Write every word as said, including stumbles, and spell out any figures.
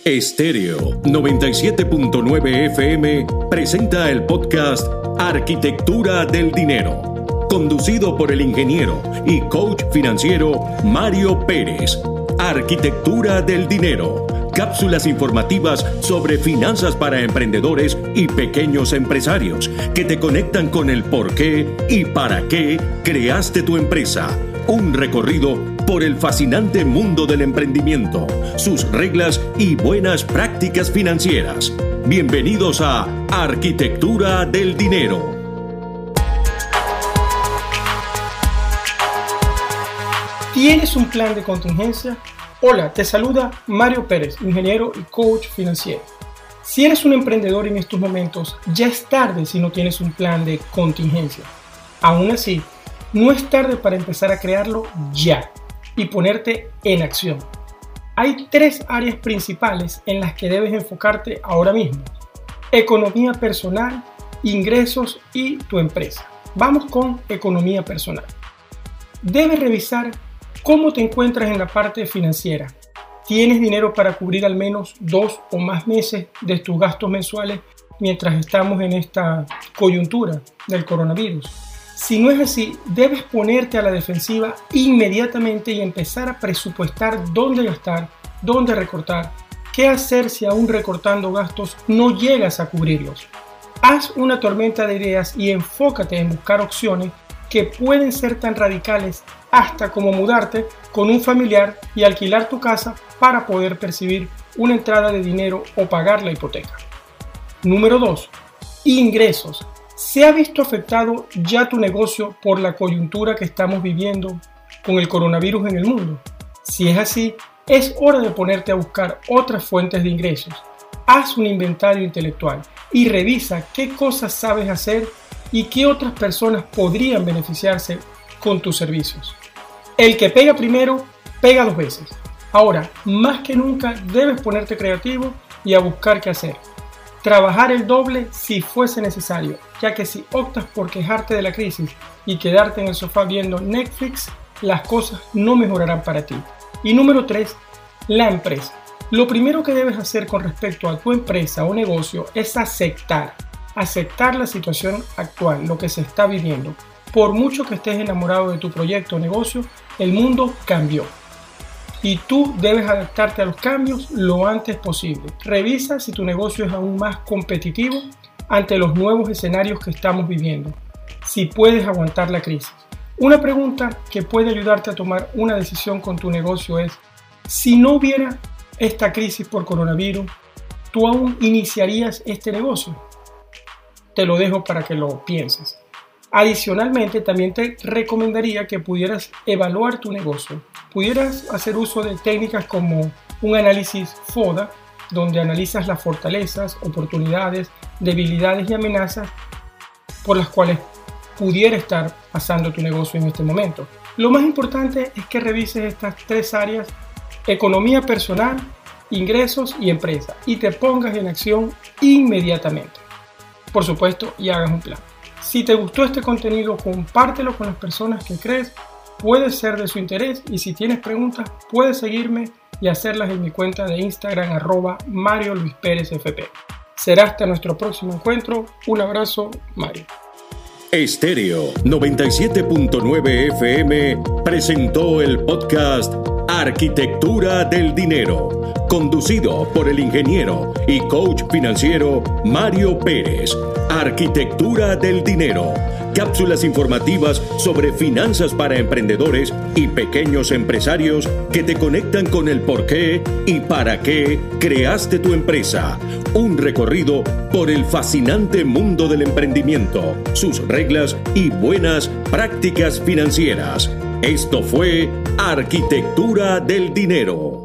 Estéreo noventa y siete punto nueve F M presenta el podcast Arquitectura del Dinero, conducido por el ingeniero y coach financiero Mario Pérez. Arquitectura del Dinero, cápsulas informativas sobre finanzas para emprendedores y pequeños empresarios que te conectan con el por qué y para qué creaste tu empresa. Un recorrido por el fascinante mundo del emprendimiento, sus reglas y buenas prácticas financieras. Bienvenidos a Arquitectura del Dinero. ¿Tienes un plan de contingencia? Hola, te saluda Mario Pérez, ingeniero y coach financiero. Si eres un emprendedor en estos momentos, ya es tarde si no tienes un plan de contingencia. Aún así, no es tarde para empezar a crearlo ya y ponerte en acción. Hay tres áreas principales en las que debes enfocarte ahora mismo: economía personal, ingresos y tu empresa. Vamos con economía personal. Debes revisar cómo te encuentras en la parte financiera. ¿Tienes dinero para cubrir al menos dos o más meses de tus gastos mensuales mientras estamos en esta coyuntura del coronavirus? Si no es así, debes ponerte a la defensiva inmediatamente y empezar a presupuestar dónde gastar, dónde recortar, qué hacer si aún recortando gastos no llegas a cubrirlos. Haz una tormenta de ideas y enfócate en buscar opciones que pueden ser tan radicales hasta como mudarte con un familiar y alquilar tu casa para poder percibir una entrada de dinero o pagar la hipoteca. Número dos. Ingresos. ¿Se ha visto afectado ya tu negocio por la coyuntura que estamos viviendo con el coronavirus en el mundo? Si es así, es hora de ponerte a buscar otras fuentes de ingresos. Haz un inventario intelectual y revisa qué cosas sabes hacer y qué otras personas podrían beneficiarse con tus servicios. El que pega primero, pega dos veces. Ahora, más que nunca, debes ponerte creativo y a buscar qué hacer. Trabajar el doble si fuese necesario, ya que si optas por quejarte de la crisis y quedarte en el sofá viendo Netflix, las cosas no mejorarán para ti. Y número tres, la empresa. Lo primero que debes hacer con respecto a tu empresa o negocio es aceptar, aceptar la situación actual, lo que se está viviendo. Por mucho que estés enamorado de tu proyecto o negocio, el mundo cambió. Y tú debes adaptarte a los cambios lo antes posible. Revisa si tu negocio es aún más competitivo ante los nuevos escenarios que estamos viviendo. Si puedes aguantar la crisis. Una pregunta que puede ayudarte a tomar una decisión con tu negocio es: si no hubiera esta crisis por coronavirus, ¿tú aún iniciarías este negocio? Te lo dejo para que lo pienses. Adicionalmente, también te recomendaría que pudieras evaluar tu negocio. Pudieras hacer uso de técnicas como un análisis FODA, donde analizas las fortalezas, oportunidades, debilidades y amenazas por las cuales pudiera estar pasando tu negocio en este momento. Lo más importante es que revises estas tres áreas: economía personal, ingresos y empresa, y te pongas en acción inmediatamente. Por supuesto, y hagas un plan. Si te gustó este contenido, compártelo con las personas que crees puede ser de su interés, y si tienes preguntas, puedes seguirme y hacerlas en mi cuenta de Instagram arroba Mario Luis Pérez F P. Será hasta nuestro próximo encuentro. Un abrazo, Mario. Estéreo noventa y siete punto nueve F M presentó el podcast Arquitectura del Dinero, conducido por el ingeniero y coach financiero Mario Pérez. Arquitectura del Dinero, cápsulas informativas sobre finanzas para emprendedores y pequeños empresarios que te conectan con el por qué y para qué creaste tu empresa. Un recorrido por el fascinante mundo del emprendimiento, sus reglas y buenas prácticas financieras. Esto fue Arquitectura del Dinero.